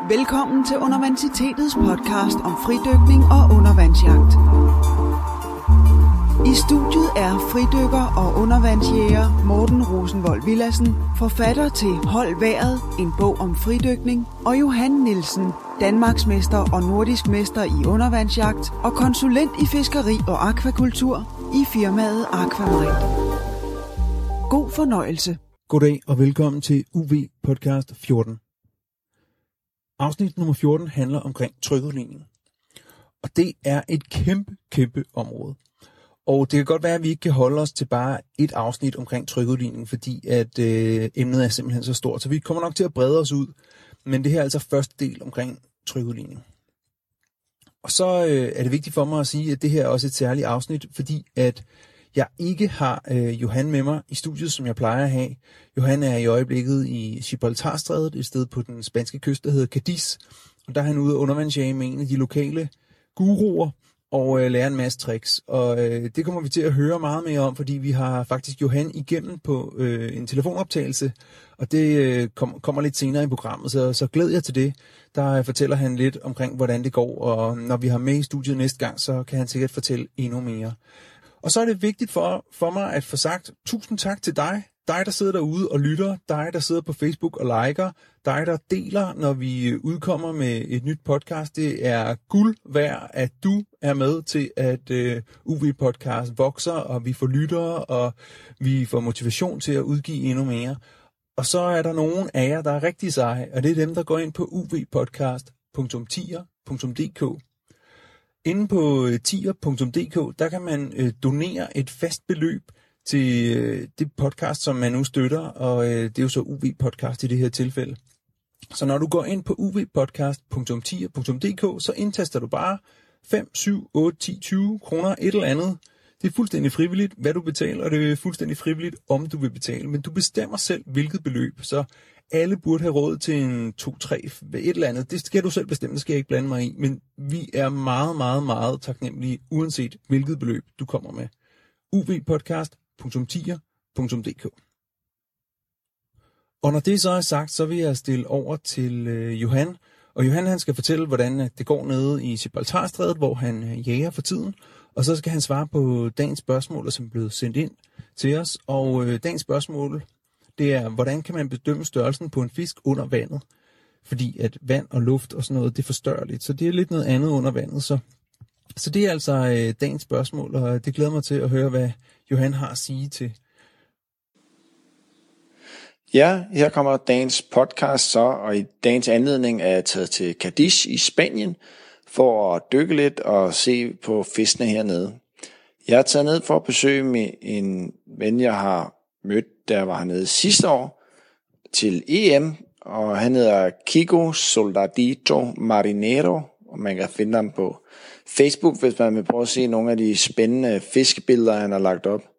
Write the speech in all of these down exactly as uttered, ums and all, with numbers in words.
Velkommen til Undervansitetets podcast om fridykning og undervandsjagt. I studiet er fridykker og undervandsjæger Morten Rosenvold Villadsen, forfatter til Hold Vejret, en bog om fridykning, og Johan Nielsen, Danmarksmester og nordisk mester i undervandsjagt og konsulent i fiskeri og akvakultur i firmaet Aquamind. God fornøjelse. Goddag og velkommen til U V podcast fjorten. Afsnit nummer fjorten handler omkring trykudligning. Og det er et kæmpe, kæmpe område. Og det kan godt være, at vi ikke kan holde os til bare et afsnit omkring trykudligning, fordi at øh, emnet er simpelthen så stort. Så vi kommer nok til at brede os ud. Men det her er altså første del omkring trykudligning. Og så øh, er det vigtigt for mig at sige, at det her er også et særligt afsnit, fordi at jeg ikke har øh, Johan med mig i studiet, som jeg plejer at have. Johan er i øjeblikket i Gibraltarstrædet, et sted på den spanske kyst, der hedder Cadiz. Og der er han ude og undervandsjage med en af de lokale guruer og øh, lære en masse tricks. Og øh, det kommer vi til at høre meget mere om, fordi vi har faktisk Johan igennem på øh, en telefonoptagelse. Og det øh, kom, kommer lidt senere i programmet, så, så glæder jeg til det. Der fortæller han lidt omkring, hvordan det går. Og når vi har med i studiet næste gang, så kan han sikkert fortælle endnu mere. Og så er det vigtigt for, for mig at få sagt tusind tak til dig. Dig, der sidder derude og lytter. Dig, der sidder på Facebook og liker. Dig, der deler, når vi udkommer med et nyt podcast. Det er guld værd, at du er med til, at uh, U V-podcast vokser, og vi får lyttere, og vi får motivation til at udgive endnu mere. Og så er der nogen af jer, der er rigtig seje, og det er dem, der går ind på u v podcast punktum tier punktum d k. Inde på tier punktum d k, der kan man øh, donere et fast beløb til øh, det podcast, som man nu støtter, og øh, det er jo så U V-podcast i det her tilfælde. Så når du går ind på u v podcast punktum tier punktum d k, så indtaster du bare fem, syv, otte, ti, tyve kroner, et eller andet. Det er fuldstændig frivilligt, hvad du betaler, og det er fuldstændig frivilligt, om du vil betale. Men du bestemmer selv, hvilket beløb, så alle burde have råd til en to tre, et eller andet. Det skal du selv bestemme, det skal jeg ikke blande mig i. Men vi er meget, meget, meget taknemmelige, uanset hvilket beløb du kommer med. u v podcast punktum tier punktum d k. Og når det så er sagt, så vil jeg stille over til øh, Johan. Og Johan han skal fortælle, hvordan det går nede i Gibraltarstrædet, hvor han øh, jager for tiden. Og så skal han svare på dagens spørgsmål, som er blevet sendt ind til os. Og øh, dagens spørgsmål, det er, hvordan kan man bedømme størrelsen på en fisk under vandet? Fordi at vand og luft og sådan noget, det forstørrer lidt. Så det er lidt noget andet under vandet. Så, så det er altså øh, dagens spørgsmål, og det glæder mig til at høre, hvad Johan har at sige til. Ja, her kommer dagens podcast så, og i dagens anledning er jeg taget til Cadiz i Spanien for at dykke lidt og se på fiskene hernede. Jeg er taget ned for at besøge med en ven, jeg har mødt, der var hernede sidste år til E M, og han hedder Kiko Soldadito Marinero, og man kan finde ham på Facebook, hvis man vil prøve at se nogle af de spændende fiskebilleder, han har lagt op.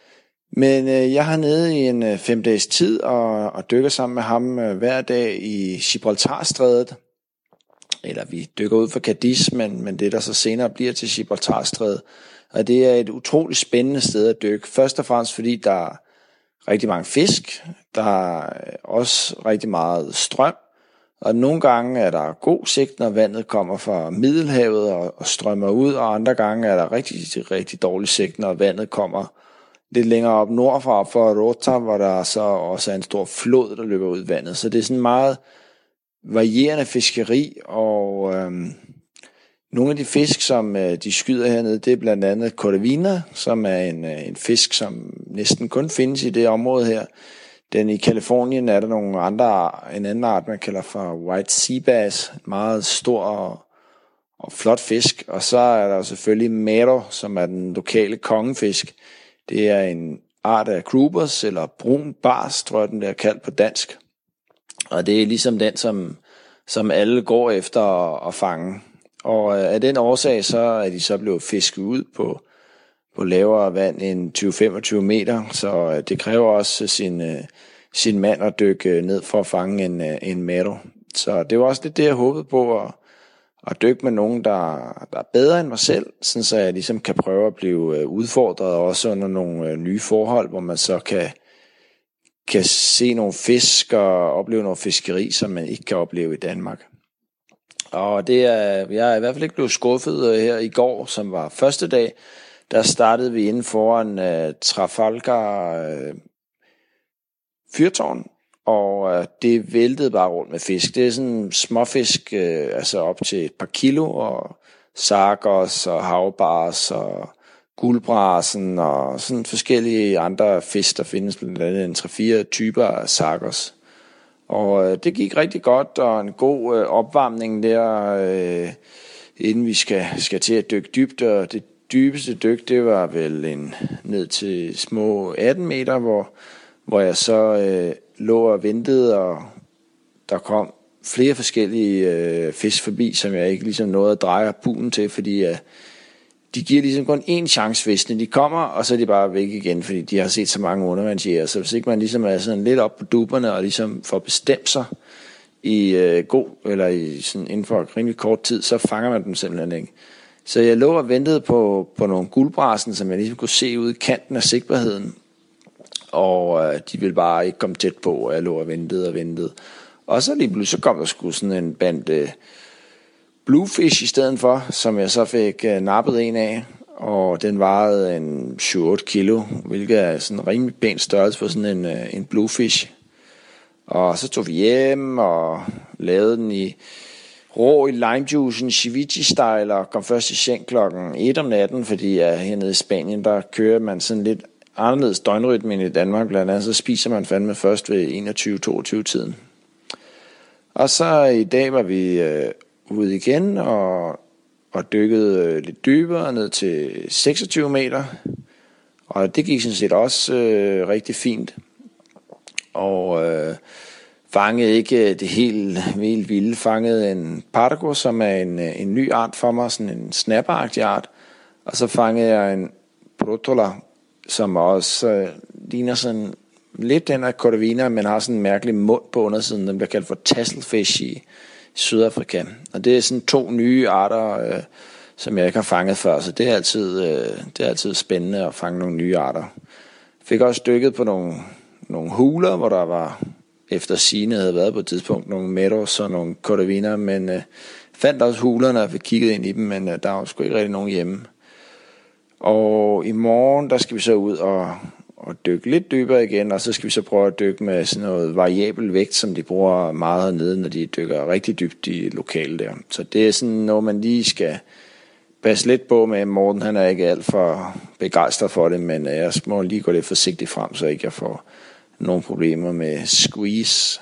Men øh, jeg har nede i en øh, fem dages tid og, og dykker sammen med ham øh, hver dag i Gibraltarstrædet. Eller vi dykker ud for Cadiz, men, men det der så senere bliver til Gibraltarstrædet. Og det er et utroligt spændende sted at dykke. Først og fremmest fordi der er rigtig mange fisk. Der er også rigtig meget strøm. Og nogle gange er der god sigt, når vandet kommer fra Middelhavet og, og strømmer ud. Og andre gange er der rigtig, rigtig dårlig sigt, når vandet kommer lidt længere op nordfra for Rota, hvor der så også er en stor flod, der løber ud i vandet. Så det er sådan meget varierende fiskeri, og øhm, nogle af de fisk, som øh, de skyder hernede, det er blandt andet corvina, som er en, øh, en fisk, som næsten kun findes i det område her. Den i Californien er der nogle andre, en anden art, man kalder for white sea bass, meget stor og, og flot fisk. Og så er der selvfølgelig mero, som er den lokale kongefisk. Det er en art af groupers, eller brun bars, tror jeg den er kaldt på dansk. Og det er ligesom den, som, som alle går efter at, at fange. Og af den årsag, så er de så blevet fisket ud på, på lavere vand end tyve til femogtyve meter. Så det kræver også sin, sin mand at dykke ned for at fange en, en mero. Så det var også lidt det, jeg håbede på, at, at dykke med nogen, der, der er bedre end mig selv, sådan så jeg ligesom kan prøve at blive udfordret også under nogle nye forhold, hvor man så kan, kan se nogle fisk og opleve noget fiskeri, som man ikke kan opleve i Danmark. Og det er, jeg er i hvert fald ikke blevet skuffet her i går, som var første dag. Der startede vi inden foran uh, Trafalgar uh, fyrtårn, og uh, det væltede bare rundt med fisk. Det er sådan småfisk, uh, altså op til et par kilo, og sargos og havbars og guldbrasen og sådan forskellige andre fisk, der findes blandt andet en tre fire typer af sargos. Og øh, det gik rigtig godt, og en god øh, opvarmning der, øh, inden vi skal, skal til at dykke dybt. Og det dybeste dyk, det var vel en ned til små atten meter, hvor, hvor jeg så øh, lå og ventede, og der kom flere forskellige øh, fisk forbi, som jeg ikke ligesom nåede at dreje harpunen til, fordi øh, de giver ligesom kun én chance fiskene. De kommer, og så er de bare væk igen, fordi de har set så mange undervandsjæger. Så hvis ikke man ligesom er sådan lidt op på duberne, og ligesom får bestemt sig i øh, god, eller i sådan inden for rimelig kort tid, så fanger man dem simpelthen ikke. Så jeg lå og ventede på, på nogle guldbrasen, som jeg ligesom kunne se ude i kanten af sigtbarheden. Og øh, de ville bare ikke komme tæt på, og jeg lå og ventede og ventede. Og så lige pludselig så kom der sgu sådan en bande bluefish i stedet for, som jeg så fik uh, nappet en af, og den vejede en syv otte kilo, hvilket er sådan en rimelig pæn størrelse for sådan en, uh, en bluefish. Og så tog vi hjem og lavede den i rå i limejuicen, ceviche-style, og kom først i seng klokken et om natten, fordi uh, hernede i Spanien, der kører man sådan lidt anderledes døgnrytme end i Danmark. Blandt andet så spiser man fandme først ved enogtyve til toogtyve tiden. Og så i dag var vi uh, ude igen og, og dykkede øh, lidt dybere ned til seksogtyve meter, og det gik sådan set også øh, rigtig fint, og øh, fangede ikke det helt, helt vilde, fangede en pargo, som er en, en ny art for mig, sådan en snapperagtig art, og så fangede jeg en protola, som også øh, ligner sådan lidt den af corvina, men har sådan en mærkelig mund på undersiden, den bliver kaldt for tasselfish i Sydafrika. Og det er sådan to nye arter, øh, som jeg ikke har fanget før, så det er altid, øh, det er altid spændende at fange nogle nye arter. Fik også dykket på nogle, nogle huler, hvor der var, efter sigende havde været på et tidspunkt, nogle meadows og nogle corviner, men øh, fandt også hulerne og fik kigget ind i dem, men øh, der var sgu ikke rigtig nogen hjemme. Og i morgen, der skal vi så ud og og dykke lidt dybere igen, og så skal vi så prøve at dykke med sådan noget variabel vægt, som de bruger meget hernede, når de dykker rigtig dybt i lokale der. Så det er sådan noget, man lige skal passe lidt på med. Morten, han er ikke alt for begejstret for det, men jeg må lige gå lidt forsigtigt frem, så ikke jeg får nogle problemer med squeeze.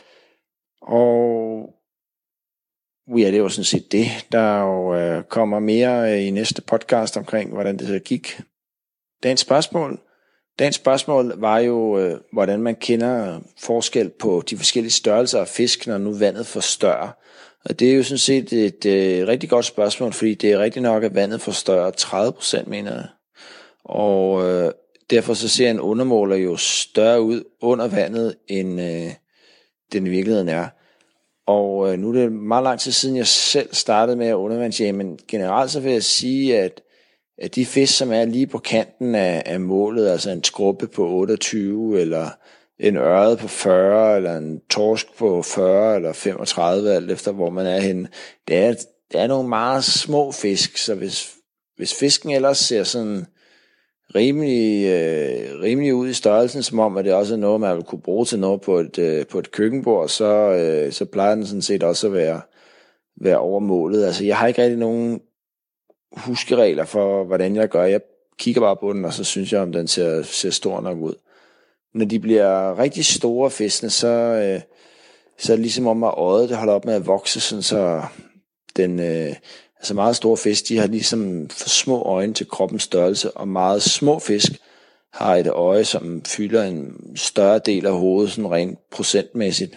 Og ja, det var sådan set det. Der jo øh, kommer mere i næste podcast omkring, hvordan det så gik. Dagens spørgsmål Dagens spørgsmål var jo, øh, hvordan man kender forskel på de forskellige størrelser af fisk, når nu vandet forstørrer. Og det er jo sådan set et øh, rigtig godt spørgsmål, fordi det er rigtig nok, at vandet forstørrer tredive procent, mener jeg. Og øh, derfor så ser en undermåler jo større ud under vandet, end øh, den i virkeligheden er. Og øh, nu er det meget lang tid siden, jeg selv startede med at undervandsjage, men generelt så vil jeg sige, at at de fisk, som er lige på kanten af, af målet, altså en skrubbe på otteogtyve, eller en ørred på fyrre, eller en torsk på fyrre, eller femogtredive, alt efter hvor man er henne, det er, det er nogle meget små fisk, så hvis, hvis fisken ellers ser sådan rimelig, øh, rimelig ud i størrelsen, som om, at det også er noget, man vil kunne bruge til noget på et, øh, på et køkkenbord, så, øh, så plejer den sådan set også at være, være over målet. Altså, jeg har ikke rigtig nogen huskeregler for, hvordan jeg gør. Jeg kigger bare på den, og så synes jeg, om den ser, ser stor nok ud. Når de bliver rigtig store fiskene, så, øh, så er det ligesom om, at øjet det holder op med at vokse, sådan så den, øh, altså meget store fisk, de har ligesom for små øjne til kroppens størrelse, og meget små fisk har et øje, som fylder en større del af hovedet, sådan rent procentmæssigt.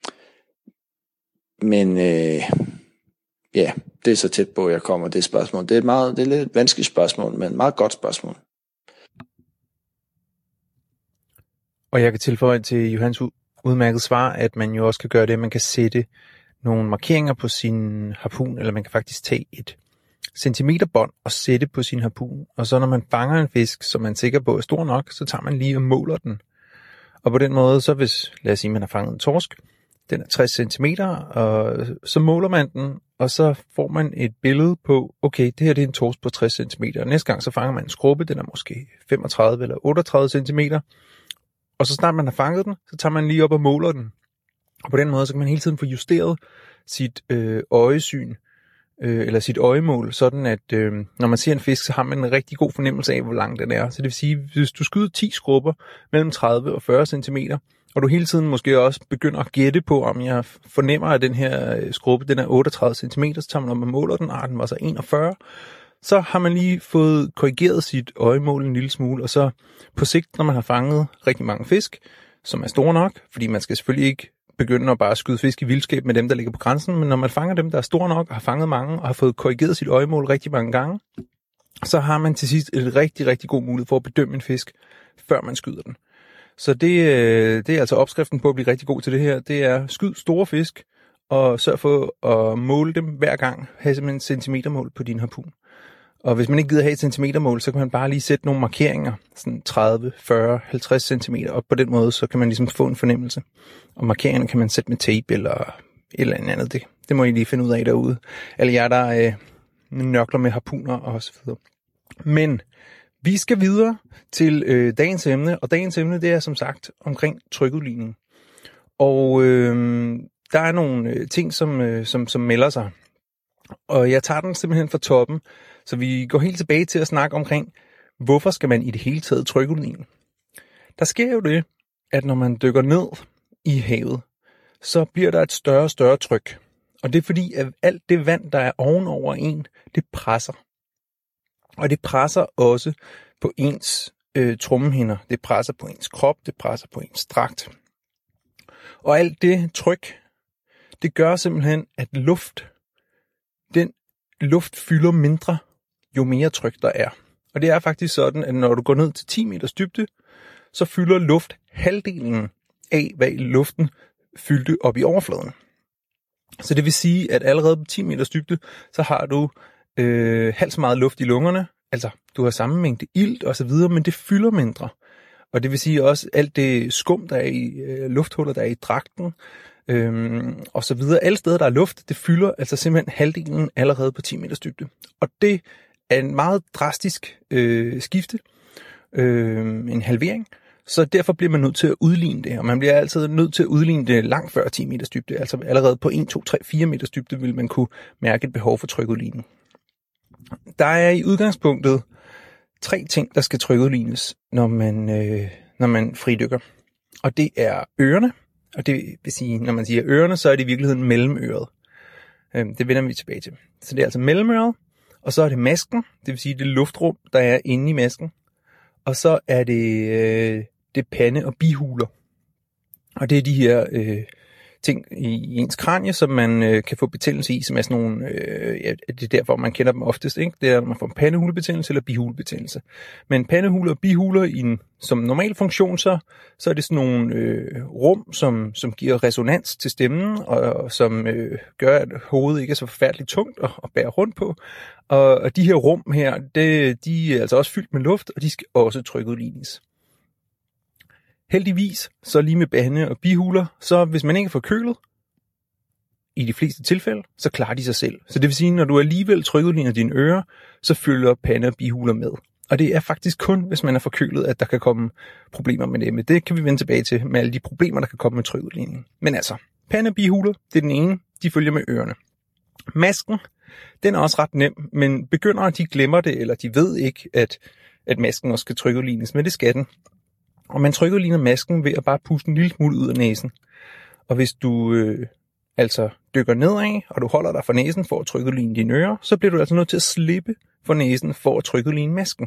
Men øh, ja, det er så tæt på, at jeg kommer det spørgsmål. Det er et meget, det er lidt et vanskeligt spørgsmål, men et meget godt spørgsmål. Og jeg kan tilføje til Johans udmærket svar, at man jo også kan gøre det, at man kan sætte nogle markeringer på sin harpun, eller man kan faktisk tage et centimeterbånd og sætte på sin harpun. Og så når man fanger en fisk, som man er sikker på er stor nok, så tager man lige og måler den. Og på den måde, så hvis, lad os sige, man har fanget en torsk, den er tres centimeter, og så måler man den, og så får man et billede på, okay, det her det er en torsk på tres centimeter. Næste gang så fanger man en skrubbe, den er måske femogtredive eller otteogtredive centimeter. Og så snart man har fanget den, så tager man lige op og måler den. Og på den måde, så kan man hele tiden få justeret sit øh, øjesyn, øh, eller sit øjemål, sådan at øh, når man ser en fisk, så har man en rigtig god fornemmelse af, hvor lang den er. Så det vil sige, hvis du skyder ti skrubber mellem tredive og fyrre centimeter, og du hele tiden måske også begynder at gætte på, om jeg fornemmer, at den her skrubbe, den er otteogtredive centimeter, så tager man op og måler den, og den var så enogfyrre, så har man lige fået korrigeret sit øjemål en lille smule, og så på sigt, når man har fanget rigtig mange fisk, som er store nok, fordi man skal selvfølgelig ikke begynde at bare skyde fisk i vildskab med dem, der ligger på grænsen, men når man fanger dem, der er store nok, og har fanget mange, og har fået korrigeret sit øjemål rigtig mange gange, så har man til sidst et rigtig, rigtig god mulighed for at bedømme en fisk, før man skyder den. Så det, det er altså opskriften på at blive rigtig god til det her. Det er skyd store fisk, og sørg for at måle dem hver gang. Ha' simpelthen en centimetermål på din harpun. Og hvis man ikke gider have et centimetermål, så kan man bare lige sætte nogle markeringer, sådan tredive, fyrre, halvtreds centimeter, og på den måde, så kan man ligesom få en fornemmelse. Og markeringerne kan man sætte med tape eller et eller andet. Det, det må I lige finde ud af derude. Eller jer, der øh, nørkler med harpuner og så videre. Men vi skal videre til øh, dagens emne, og dagens emne, det er som sagt omkring trykudligning. Og øh, der er nogle øh, ting, som, øh, som, som melder sig. Og jeg tager den simpelthen fra toppen, så vi går helt tilbage til at snakke omkring, hvorfor skal man i det hele taget trykudligne? Der sker jo det, at når man dykker ned i havet, så bliver der et større og større tryk. Og det er fordi, at alt det vand, der er ovenover en, det presser. Og det presser også på ens øh, trommehinder. Det presser på ens krop, det presser på ens dragt. Og alt det tryk, det gør simpelthen, at luft, den luft fylder mindre, jo mere tryk der er. Og det er faktisk sådan, at når du går ned til ti meters dybde, så fylder luft halvdelen af, hvad luften fyldte op i overfladen. Så det vil sige, at allerede på ti meters dybde, så har du øh, halvt så meget luft i lungerne. Altså, du har samme mængde ilt og så videre, men det fylder mindre. Og det vil sige også, alt det skum, der er i øh, lufthuller, der er i dragten, øh, og så videre. Alle steder, der er luft, det fylder altså simpelthen halvdelen allerede på ti meters dybde. Og det er en meget drastisk øh, skifte, øh, en halvering. Så derfor bliver man nødt til at udligne det, og man bliver altid nødt til at udligne det langt før ti meters dybde. Altså allerede på en, to, tre, fire meters dybde vil man kunne mærke et behov for trykudligning. Der er i udgangspunktet tre ting, der skal trykudlignes, når man, øh, når man fridykker. Og det er ørerne, og det vil sige, når man siger ørerne, så er det i virkeligheden mellemøret. Øh, det vender vi tilbage til. Så det er altså mellemøret, og så er det masken, det vil sige det luftrum, der er inde i masken. Og så er det, øh, det pande og bihuler. Og det er de her øh, ting i ens kranie, som man øh, kan få betændelse i, som er sådan nogle, øh, ja, det er derfor, man kender dem oftest, ikke? Det er, når man får en pandehulebetændelse eller bihulebetændelse. Men pandehuler og bihuler i en, som normal funktion, så, så er det sådan nogle øh, rum, som, som giver resonans til stemmen, og, og som øh, gør, at hovedet ikke er så forfærdeligt tungt at, at bære rundt på. Og, og de her rum her, det, de er altså også fyldt med luft, og de skal også trykudlignes. Heldigvis, så lige med pande og bihuler, så hvis man ikke er forkølet, i de fleste tilfælde, så klarer de sig selv. Så det vil sige, når du alligevel trykudligner dine ører, så følger pande og bihuler med. Og det er faktisk kun, hvis man er forkølet, at der kan komme problemer med det. Men det kan vi vende tilbage til, med alle de problemer, der kan komme med trykudligningen. Men altså, pande og bihuler, det er den ene, de følger med ørerne. Masken, den er også ret nem, men begyndere, de glemmer det, eller de ved ikke, at, at masken også skal trykudlignes, men det skal den. Og man trykudligner masken ved at bare puste en lille smule ud af næsen. Og hvis du øh, altså dykker nedad, og du holder dig for næsen for at trykudligne dine ører, så bliver du altså nødt til at slippe for næsen for at trykudligne masken.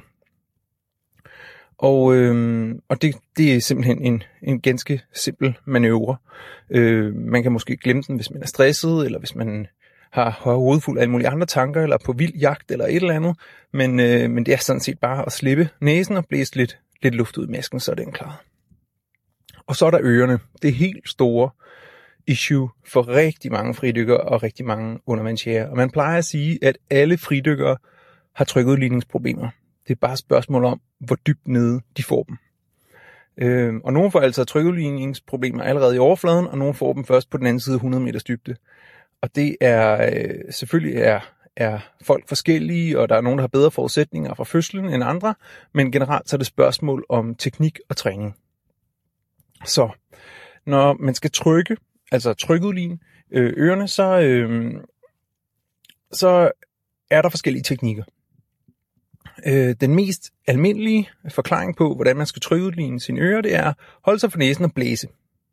Og, øh, og det, det er simpelthen en, en ganske simpel manøvre. Øh, man kan måske glemme den, hvis man er stresset, eller hvis man har, har hovedet fuld af alle mulige andre tanker, eller på vild jagt, eller et eller andet. Men, øh, men det er sådan set bare at slippe næsen og blæse lidt, lidt luft ud i masken, så er den klar. Og så er der ørerne. Det er helt store issue for rigtig mange fridykkere og rigtig mange undervandsjægere. Og man plejer at sige, at alle fridykkere har trykudligningsproblemer. Det er bare et spørgsmål om, hvor dybt nede de får dem. Øh, og nogle får altså trykudligningsproblemer allerede i overfladen, og nogle får dem først på den anden side hundrede meters dybde. Og det er øh, selvfølgelig er, er folk forskellige, og der er nogen, der har bedre forudsætninger fra fødslen end andre, men generelt så er det spørgsmål om teknik og træning. Så når man skal trykke, altså trykudligne øh, ørerne, så, øh, så er der forskellige teknikker. Øh, den mest almindelige forklaring på, hvordan man skal trykudligne sine ører, det er at holde sig for næsen og blæse.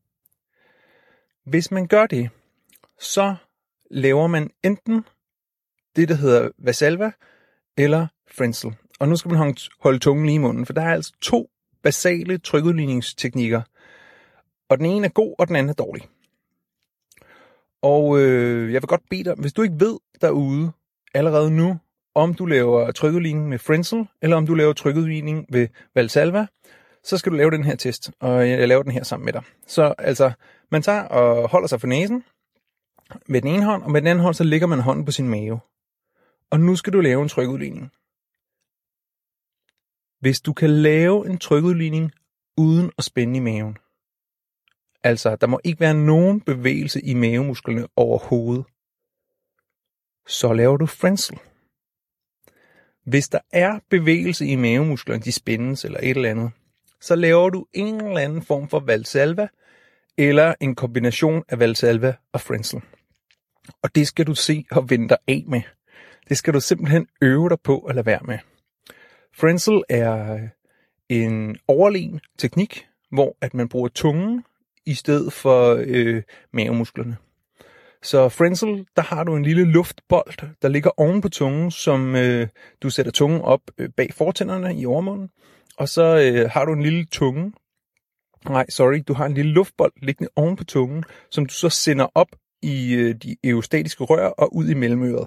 Hvis man gør det, så laver man enten det, der hedder Valsalva eller Frenzel. Og nu skal man holde tungen lige i munden, for der er altså to basale trykudligningsteknikker. Og den ene er god, og den anden er dårlig. Og øh, jeg vil godt bede dig, hvis du ikke ved derude allerede nu, om du laver trykudligning med Frenzel, eller om du laver trykudligning ved Valsalva, så skal du lave den her test, og jeg laver den her sammen med dig. Så altså, man tager og holder sig for næsen med den ene hånd, og med den anden hånd, så lægger man hånden på sin mave. Og nu skal du lave en trykudligning. Hvis du kan lave en trykudligning uden at spænde i maven, altså der må ikke være nogen bevægelse i mavemusklerne overhovedet, så laver du Frenzel. Hvis der er bevægelse i mavemusklerne, de spændes eller et eller andet, så laver du en eller anden form for Valsalva, eller en kombination af Valsalva og Frenzel. Og det skal du se og vende dig af med. Det skal du simpelthen øve dig på at lade være med. Frenzel er en overlegen teknik, hvor at man bruger tungen i stedet for øh, mavemusklerne. Så Frenzel, der har du en lille luftbold, der ligger oven på tungen, som øh, du sætter tungen op øh, bag fortænderne i overmunden. Og så øh, har du en lille tunge, nej, sorry, du har en lille luftbold liggende oven på tungen, som du så sender op i øh, de eustatiske rør og ud i mellemøret.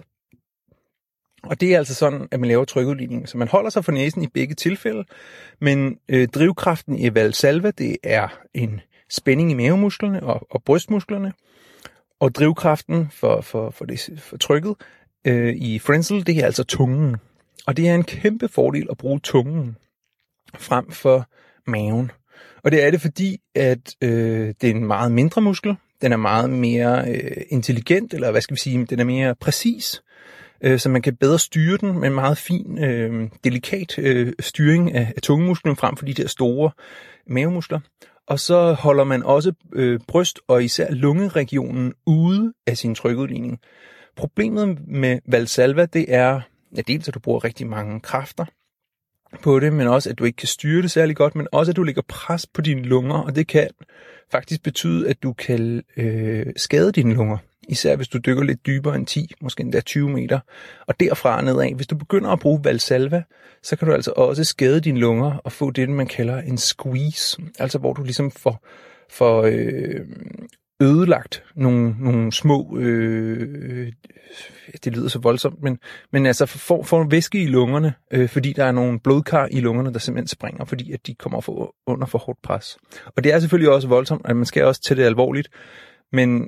Og det er altså sådan, at man laver trykudligning. Så man holder sig for næsen i begge tilfælde, men øh, drivkraften i Valsalva, det er en spænding i mavemusklerne og, og brystmusklerne. Og drivkraften for, for, for, det, for trykket øh, i Frenzel, det er altså tungen. Og det er en kæmpe fordel at bruge tungen frem for maven. Og det er det, fordi at øh, det er en meget mindre muskel. Den er meget mere øh, intelligent, eller hvad skal vi sige, den er mere præcis. Øh, så man kan bedre styre den med en meget fin, øh, delikat øh, styring af, af tungemusklen frem for de der store mavemuskler. Og så holder man også øh, bryst og især lungeregionen ude af sin trykudligning. Problemet med Valsalva, det er, ja, dels at du bruger rigtig mange kræfter på det, men også at du ikke kan styre det særlig godt, men også at du lægger pres på dine lunger, og det kan faktisk betyde, at du kan øh, skade dine lunger. Især hvis du dykker lidt dybere end ti, måske endda tyve meter. Og derfra nedad, hvis du begynder at bruge Valsalva, så kan du altså også skade dine lunger og få det, man kalder en squeeze. Altså hvor du ligesom får, får øh, ødelagt nogle, nogle små, øh, det lyder så voldsomt, men, men altså får, får væske i lungerne, øh, fordi der er nogle blodkar i lungerne, der simpelthen springer, fordi at de kommer for, under for hårdt pres. Og det er selvfølgelig også voldsomt, at man skal også tage det alvorligt, men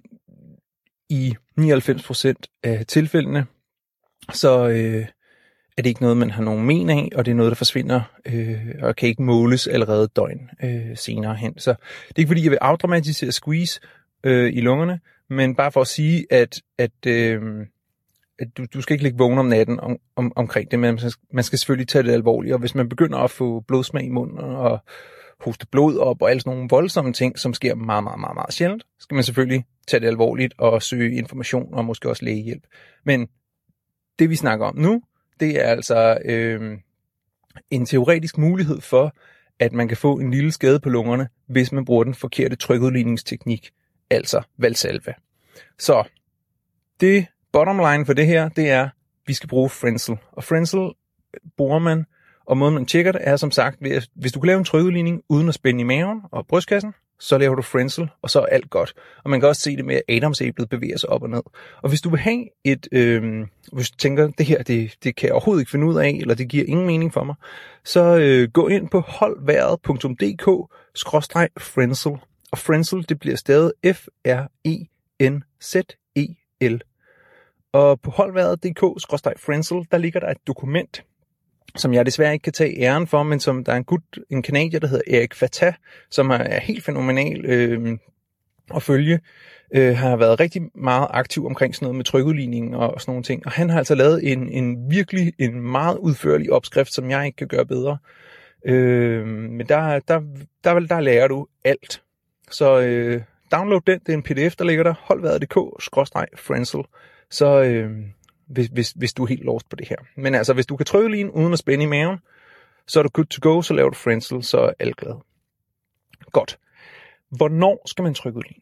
i nioghalvfems procent af tilfældene, så øh, er det ikke noget, man har nogen men af, og det er noget, der forsvinder øh, og kan ikke måles allerede døgn øh, senere hen. Så det er ikke fordi, jeg vil afdramatisere squeeze øh, i lungerne, men bare for at sige, at, at, øh, at du, du skal ikke ligge vågen om natten om, om, omkring det, men man skal selvfølgelig tage det alvorligt, og hvis man begynder at få blodsmag i munden og hoste blod op og alle sådan nogle voldsomme ting, som sker meget, meget, meget, meget sjældent, skal man selvfølgelig tage det alvorligt og søge information og måske også lægehjælp. Men det vi snakker om nu, det er altså øh, en teoretisk mulighed for, at man kan få en lille skade på lungerne, hvis man bruger den forkerte trykudligningsteknik, altså Valsalva. Så det bottom line for det her, det er, at vi skal bruge Frenzel. Og Frenzel bruger man, og måden man tjekker det, er som sagt, hvis du kan lave en trykudligning uden at spænde i maven og brystkassen, så laver du Frenzel, og så er alt godt. Og man kan også se det med, at adamsæblet bevæger sig op og ned. Og hvis du vil have et, øh, hvis du tænker, det her, det, det kan jeg overhovedet ikke finde ud af, eller det giver ingen mening for mig, så øh, gå ind på holdværet punktum d k skråstreg Frenzel. Og Frenzel, det bliver stadig F R E N Z E L. Og på holdværet punktum d k skråstreg Frenzel, der ligger der et dokument, som jeg desværre ikke kan tage æren for, men som der er en gut, en canadier, der hedder Erik Fatah, som er helt fænomenal øh, at følge, øh, har været rigtig meget aktiv omkring sådan noget med trykudligning og sådan nogle ting. Og han har altså lavet en, en virkelig, en meget udførlig opskrift, som jeg ikke kan gøre bedre. Øh, men der, der, der, der lærer du alt. Så øh, download den, det er en pdf, der ligger der, holdværet punktum d k skråstreg Frenzel. Så øh, hvis, hvis, hvis du er helt lost på det her. Men altså, hvis du kan trykudligne uden at spænde i maven, så er du good to go, så laver du Frenzel, så er alle glade. Godt. Hvornår skal man trykudligne?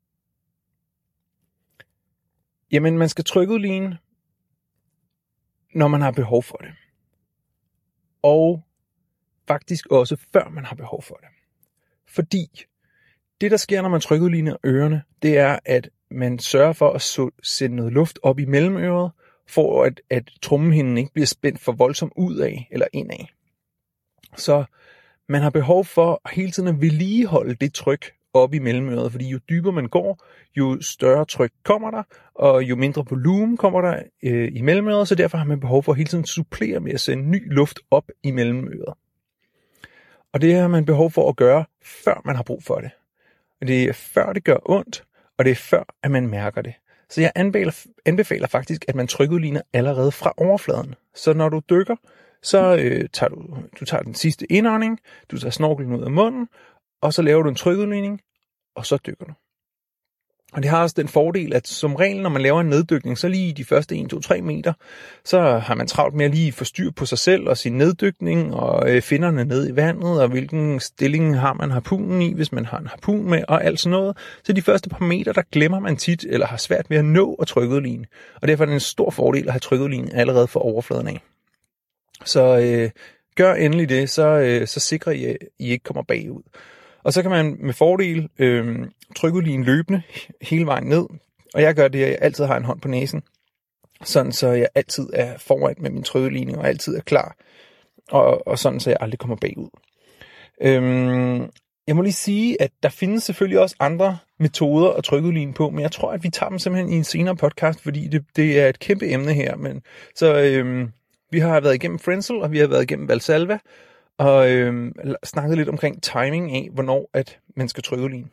Jamen, man skal trykudligne, når man har behov for det. Og faktisk også før man har behov for det. Fordi det, der sker, når man trykudligner ørerne, det er, at man sørger for at så, sende noget luft op i mellemøret, for at, at trommehinden ikke bliver spændt for voldsomt ud af eller indad. Så man har behov for hele tiden at vedligeholde det tryk op i mellemøret, fordi jo dybere man går, jo større tryk kommer der, og jo mindre volumen kommer der øh, i mellemøret, så derfor har man behov for hele tiden at supplere med at sende ny luft op i mellemøret. Og det har man behov for at gøre, før man har brug for det. Og det er før det gør ondt, og det er før, at man mærker det. Så jeg anbefaler, anbefaler faktisk, at man trykudligner allerede fra overfladen. Så når du dykker, så øh, tager du, du tager den sidste indånding, du tager snorkelen ud af munden, og så laver du en trykudligning, og så dykker du. Og det har også den fordel, at som regel, når man laver en neddykning, så lige de første en, to, tre meter, så har man travlt med at lige få styr på sig selv og sin neddykning, og øh, finnerne ned i vandet, og hvilken stilling har man harpunen i, hvis man har en harpun med, og alt sådan noget. Så de første par meter, der glemmer man tit, eller har svært ved at nå at trykudligne. Og derfor er det en stor fordel at have trykudligning allerede fra overfladen af. Så øh, gør endelig det, så, øh, så sikrer I, at I ikke kommer bagud. Og så kan man med fordel øh, trykudligne løbende hele vejen ned. Og jeg gør det, at jeg altid har en hånd på næsen. Sådan så jeg altid er foran med min trykudligning og altid er klar. Og, og sådan så jeg aldrig kommer bagud. Øh, jeg må lige sige, at der findes selvfølgelig også andre metoder at trykudligne på. Men jeg tror, at vi tager dem simpelthen i en senere podcast, fordi det, det er et kæmpe emne her. Men, så øh, vi har været igennem Frenzel, og vi har været igennem Valsalva. Og øh, snakket lidt omkring timing af, hvornår at man skal trykudligne.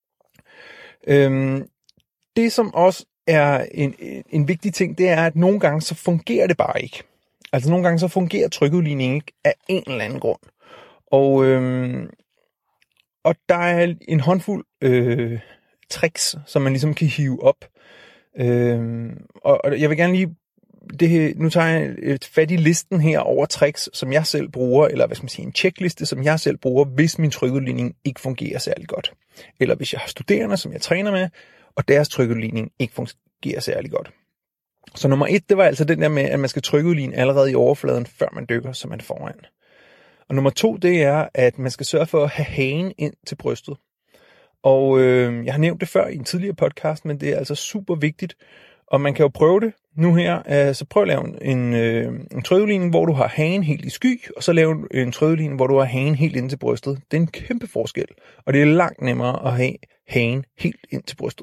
Øh, det, som også er en, en vigtig ting, det er, at nogle gange så fungerer det bare ikke. Altså nogle gange så fungerer trykudligning ikke af en eller anden grund. Og, øh, og der er en håndfuld øh, tricks, som man ligesom kan hive op. Øh, og, og jeg vil gerne lige Det, nu tager jeg et fat i listen her over tricks, som jeg selv bruger, eller hvad skal man sige, en checkliste, som jeg selv bruger, hvis min trykudligning ikke fungerer særlig godt. Eller hvis jeg har studerende, som jeg træner med, og deres trykudligning ikke fungerer særlig godt. Så nummer et, det var altså den der med, at man skal trykudligne allerede i overfladen, før man dykker, så man er foran. Og nummer to, det er, at man skal sørge for at have hagen ind til brystet. Og øh, jeg har nævnt det før i en tidligere podcast, men det er altså super vigtigt. Og man kan jo prøve det nu her. Så prøv at lave en, øh, en trykudligning, hvor du har hagen helt i sky, og så lave en trykudligning, hvor du har hagen helt ind til brystet. Det er en kæmpe forskel, og det er langt nemmere at have hagen helt ind til brystet.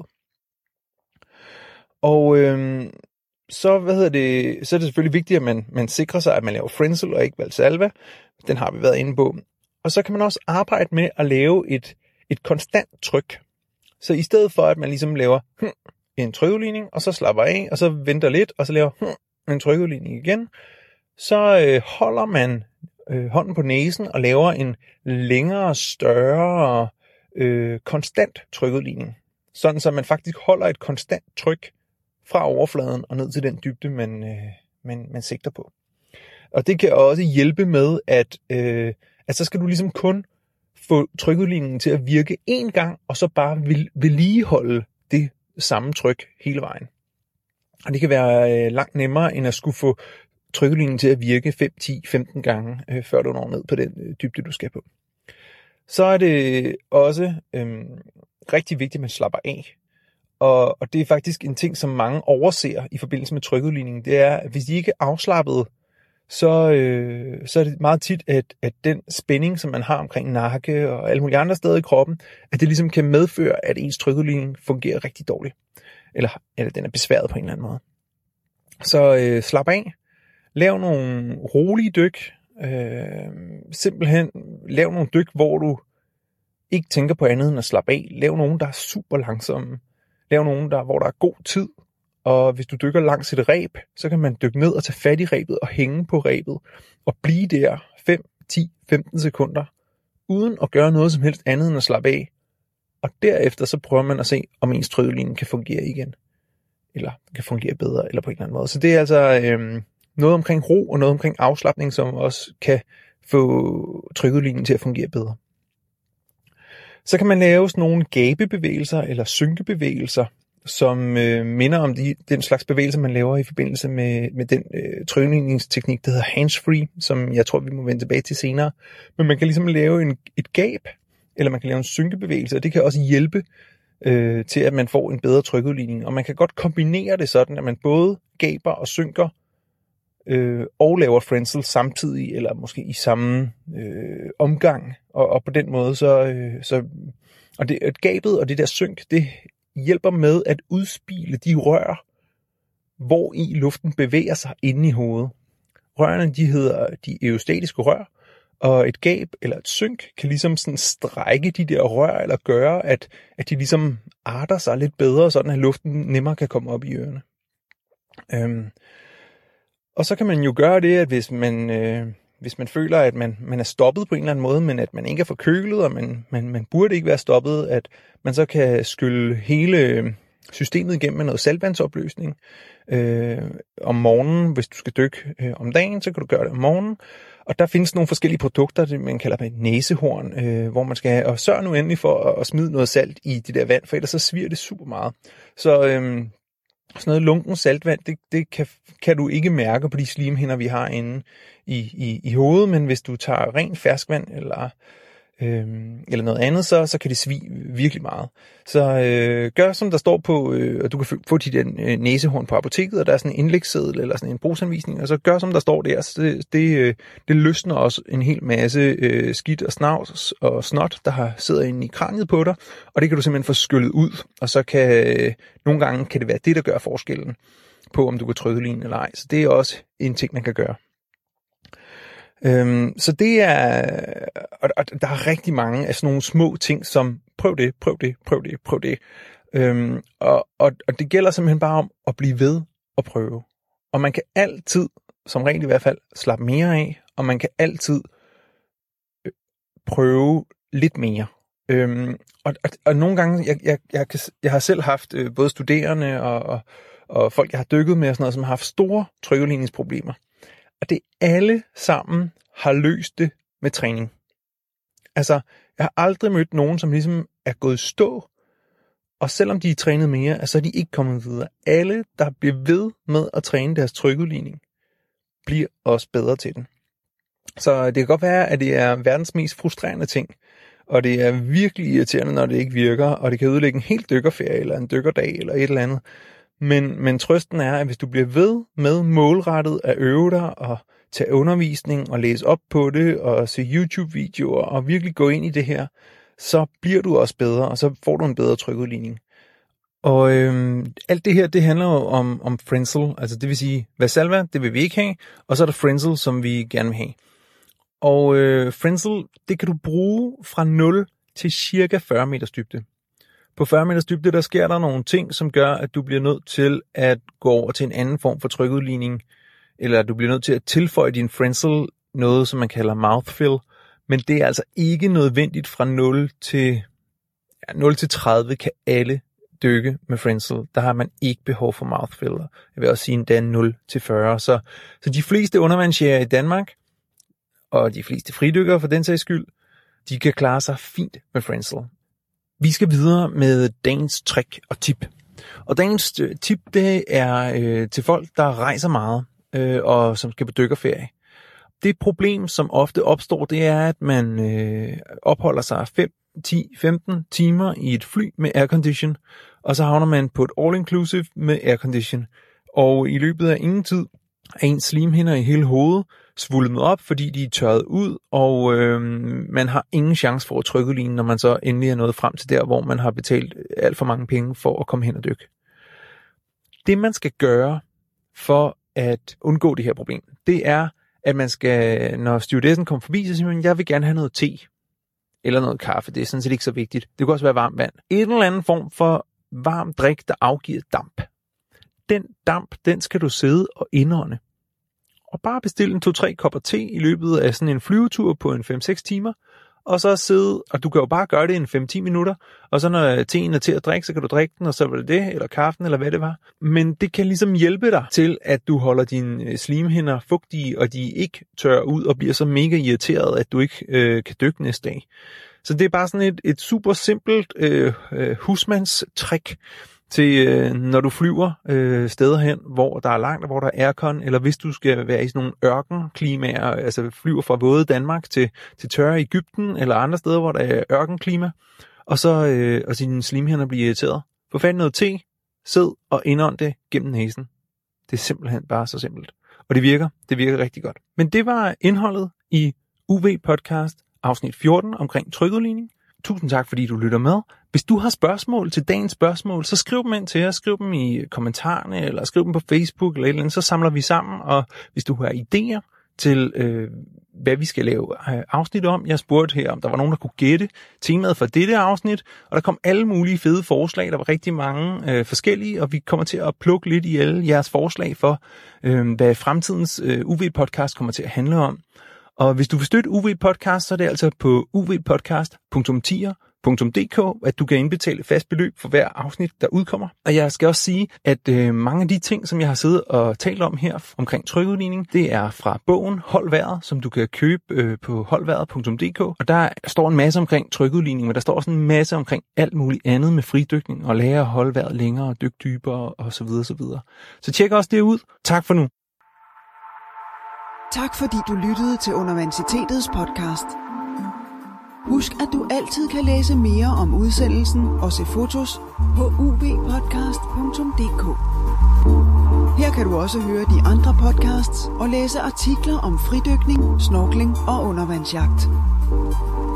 Og øh, så, hvad hedder det, så er det selvfølgelig vigtigt, at man, man sikrer sig, at man laver Frenzel og ikke Valsalva. Den har vi været inde på. Og så kan man også arbejde med at lave et, et konstant tryk. Så i stedet for, at man ligesom laver hmm, en trykudligning, og så slapper af, og så venter lidt, og så laver hmm, en trykudligning igen, så øh, holder man øh, hånden på næsen og laver en længere, større, øh, konstant trykudligning. Sådan så man faktisk holder et konstant tryk fra overfladen og ned til den dybde, man, øh, man, man sigter på. Og det kan også hjælpe med, at, øh, at så skal du ligesom kun få trykudligningen til at virke én gang, og så bare vedligeholde det samme tryk hele vejen. Og det kan være øh, langt nemmere, end at skulle få trykudligningen til at virke fem, ti, femten gange, øh, før du når ned på den øh, dybde, du skal på. Så er det også øh, rigtig vigtigt, at man slapper af. Og, og det er faktisk en ting, som mange overser i forbindelse med trykudligningen. Det er, at hvis de ikke er afslappet, så, øh, så er det meget tit, at, at den spænding, som man har omkring nakke og alle mulige andre steder i kroppen, at det ligesom kan medføre, at ens trykudligning fungerer rigtig dårligt. Eller, eller den er besværet på en eller anden måde. Så øh, slap af. Lav nogle rolige dyk. Øh, simpelthen lav nogle dyk, hvor du ikke tænker på andet end at slappe af. Lav nogen, der er super langsomme. Lav nogen, der, hvor der er god tid. Og hvis du dykker langs et reb, så kan man dykke ned og tage fat i rebet og hænge på rebet. Og blive der fem, ti, femten sekunder, uden at gøre noget som helst andet end at slappe af. Og derefter så prøver man at se, om ens trykkelinje kan fungere igen. Eller kan fungere bedre, eller på en eller anden måde. Så det er altså øhm, noget omkring ro og noget omkring afslapning, som også kan få trykkelinjen til at fungere bedre. Så kan man lave sådan nogle gabebevægelser eller synkebevægelser, som øh, minder om de, den slags bevægelser, man laver i forbindelse med, med den øh, trykningsteknik, der hedder hands-free, som jeg tror, vi må vende tilbage til senere. Men man kan ligesom lave en, et gab, eller man kan lave en synkebevægelse, og det kan også hjælpe øh, til, at man får en bedre trykudligning. Og man kan godt kombinere det sådan, at man både gaber og synker, øh, og laver frenzel samtidig, eller måske i samme øh, omgang. Og, og på den måde, så... Øh, så og det, et gabet og det der synk, det hjælper med at udspile de rør, hvor i luften bevæger sig inde i hovedet. Rørene, de hedder de eustatiske rør, og et gab eller et synk kan ligesom sådan strække de der rør, eller gøre, at, at de ligesom arter sig lidt bedre, sådan at luften nemmere kan komme op i ørerne. Øhm. Og så kan man jo gøre det, at hvis man, øh, hvis man føler, at man, man er stoppet på en eller anden måde, men at man ikke er forkølet, og man, man, man burde ikke være stoppet, at man så kan skylle hele systemet igennem med noget saltvandsopløsning. Øh, om morgenen, hvis du skal dykke øh, om dagen, så kan du gøre det om morgenen. Og der findes nogle forskellige produkter, det man kalder et næsehorn, øh, hvor man skal have, og sørg nu endelig for at, at smide noget salt i det der vand, for ellers så sviger det super meget. Så øh, sådan noget lunken saltvand, det, det kan, kan du ikke mærke på de slimhinder, vi har inde i, i, i hovedet, men hvis du tager ren ferskvand eller, øh, eller noget andet, så, så kan det svige virkelig meget. Så øh, gør som der står på, øh, og du kan få dit øh, næsehorn på apoteket, og der er sådan en indlægsseddel eller sådan en brugsanvisning, og så gør som der står der, så det, det, øh, det løsner også en hel masse øh, skidt og snavs og snot, der har sidder inde i kraniet på dig, og det kan du simpelthen få skyllet ud, og så kan øh, nogle gange kan det være det, der gør forskellen på, om du kan trykke linjen eller ej. Så det er også en ting, man kan gøre. Øhm, så det er, og, og der er rigtig mange af sådan nogle små ting, som prøv det, prøv det, prøv det, prøv det. Øhm, og, og, og det gælder simpelthen bare om at blive ved at prøve. Og man kan altid, som regel i hvert fald, slappe mere af, og man kan altid prøve lidt mere. Øhm, og, og, og nogle gange, jeg, jeg, jeg, kan, jeg har selv haft øh, både studerende og, og, og folk, jeg har dykket med, og sådan noget, som har haft store trykkeligningsproblemer. Og det alle sammen har løst det med træning. Altså, jeg har aldrig mødt nogen, som ligesom er gået i stå, og selvom de er trænet mere, så er de ikke kommet videre. Alle, der bliver ved med at træne deres trykudligning, bliver også bedre til den. Så det kan godt være, at det er verdens mest frustrerende ting, og det er virkelig irriterende, når det ikke virker, og det kan ødelægge en hel dykkerferie, eller en dykkerdag, eller et eller andet. Men, men trøsten er, at hvis du bliver ved med målrettet at øve dig og tage undervisning og læse op på det og se YouTube-videoer og virkelig gå ind i det her, så bliver du også bedre, og så får du en bedre trykudligning. Og øhm, alt det her, det handler jo om, om frenzel, altså det vil sige, Valsalva, det vil vi ikke have, og så er der frenzel, som vi gerne vil have. Og øh, frenzel, det kan du bruge fra nul til cirka fyrre meters dybde. På fyrre meters dybde, der sker der nogle ting, som gør, at du bliver nødt til at gå over til en anden form for trykudligning, eller du bliver nødt til at tilføje din frenzel noget, som man kalder mouthfill, men det er altså ikke nødvendigt fra nul til, ja, nul til tredive kan alle dykke med frenzel. Der har man ikke behov for mouthfill. Jeg vil også sige endda nul til fyrre. Så, så de fleste undervandsjæger i Danmark, og de fleste fridykkere for den sags skyld, de kan klare sig fint med frenzel. Vi skal videre med dagens trick og tip. Og dagens tip, det er øh, til folk, der rejser meget, øh, og som skal på dykkerferie. Det problem, som ofte opstår, det er, at man øh, opholder sig fem, ti, femten timer i et fly med aircondition, og så havner man på et all-inclusive med aircondition. Og i løbet af ingen tid er ens slimhinder i hele hovedet svulmet op, fordi de er tørret ud, og øh, man har ingen chance for at trykke linjen, når man så endelig er nået frem til der, hvor man har betalt alt for mange penge for at komme hen og dykke. Det man skal gøre for at undgå det her problem, det er, at man skal, når stewardessen kommer forbi, så siger man, jeg vil gerne have noget te. eller noget kaffe. Det er sådan set ikke så vigtigt. Det kan også være varmt vand. En eller anden form for varm drik, der afgiver damp. Den damp, den skal du sidde og indånde. Og bare bestille en to-tre kopper te i løbet af sådan en flyvetur på en fem-seks timer, og så sidde, og du kan jo bare gøre det i en fem-ti minutter, og så når teen er til at drikke, så kan du drikke den, og så var det det, eller kaffen, eller hvad det var. Men det kan ligesom hjælpe dig til, at du holder dine slimhinder fugtige, og de ikke tørrer ud og bliver så mega irriteret, at du ikke øh, kan dykke næste dag. Så det er bare sådan et, et super simpelt øh, øh, husmandstrick til, øh, når du flyver øh, steder hen, hvor der er langt, og hvor der er aircon, eller hvis du skal være i sådan nogle ørkenklimaer, altså flyver fra våde Danmark til, til tørre Egypten, eller andre steder, hvor der er ørkenklima, og så øh, og sine slimhinder bliver irriteret. Få fat i noget te, sid og indånd det gennem næsen. Det er simpelthen bare så simpelt. Og det virker, det virker rigtig godt. Men det var indholdet i U V Podcast afsnit fjorten omkring trykudligning. Tusind tak, fordi du lytter med. Hvis du har spørgsmål til dagens spørgsmål, så skriv dem ind til os. Skriv dem i kommentarerne, eller skriv dem på Facebook, eller et eller andet. Så samler vi sammen, og hvis du har idéer til, øh, hvad vi skal lave afsnit om. Jeg spurgte her, om der var nogen, der kunne gætte temaet for dette afsnit, og der kom alle mulige fede forslag. Der var rigtig mange øh, forskellige, og vi kommer til at plukke lidt i alle jeres forslag for, øh, hvad fremtidens øh, U V-podcast kommer til at handle om. Og hvis du vil støtte U V-podcast, så er det altså på u v podcast punktum tier punktum d k, at du kan indbetale fast beløb for hver afsnit, der udkommer. Og jeg skal også sige, at øh, mange af de ting, som jeg har siddet og talt om her omkring trykudligning, det er fra bogen Hold Vejret, som du kan købe øh, på holdvejret punktum d k. Og der står en masse omkring trykudligning, men der står også en masse omkring alt muligt andet med fridykning og lære at holde vejret længere og dykke dybere og så videre, så videre. Så tjek også det ud. Tak for nu. Tak fordi du lyttede til Universitetets podcast. Husk, at du altid kan læse mere om udsendelsen og se fotos på u v podcast punktum d k. Her kan du også høre de andre podcasts og læse artikler om fridykning, snorkling og undervandsjagt.